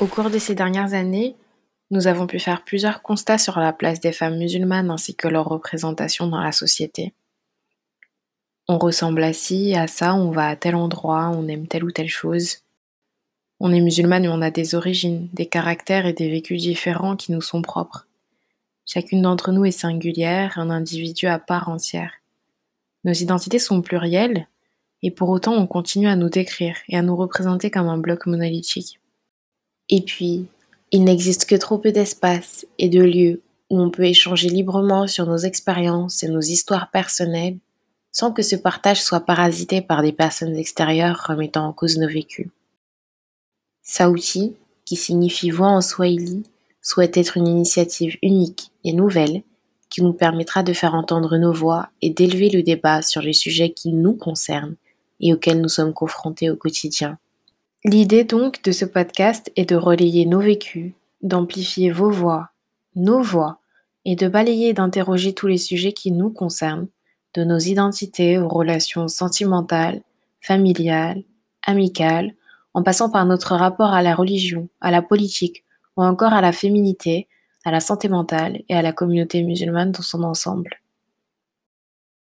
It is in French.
Au cours de ces dernières années, nous avons pu faire plusieurs constats sur la place des femmes musulmanes ainsi que leur représentation dans la société. On ressemble à ci, à ça, on va à tel endroit, on aime telle ou telle chose. On est musulmane et on a des origines, des caractères et des vécus différents qui nous sont propres. Chacune d'entre nous est singulière, un individu à part entière. Nos identités sont plurielles, et pour autant on continue à nous décrire et à nous représenter comme un bloc monolithique. Et puis, il n'existe que trop peu d'espaces et de lieux où on peut échanger librement sur nos expériences et nos histoires personnelles sans que ce partage soit parasité par des personnes extérieures remettant en cause nos vécus. Sauti, qui signifie voix en swahili, souhaite être une initiative unique et nouvelle qui nous permettra de faire entendre nos voix et d'élever le débat sur les sujets qui nous concernent et auxquels nous sommes confrontés au quotidien. L'idée donc de ce podcast est de relayer nos vécus, d'amplifier vos voix, nos voix, et de balayer et d'interroger tous les sujets qui nous concernent, de nos identités aux relations sentimentales, familiales, amicales, en passant par notre rapport à la religion, à la politique, ou encore à la féminité, à la santé mentale et à la communauté musulmane dans son ensemble.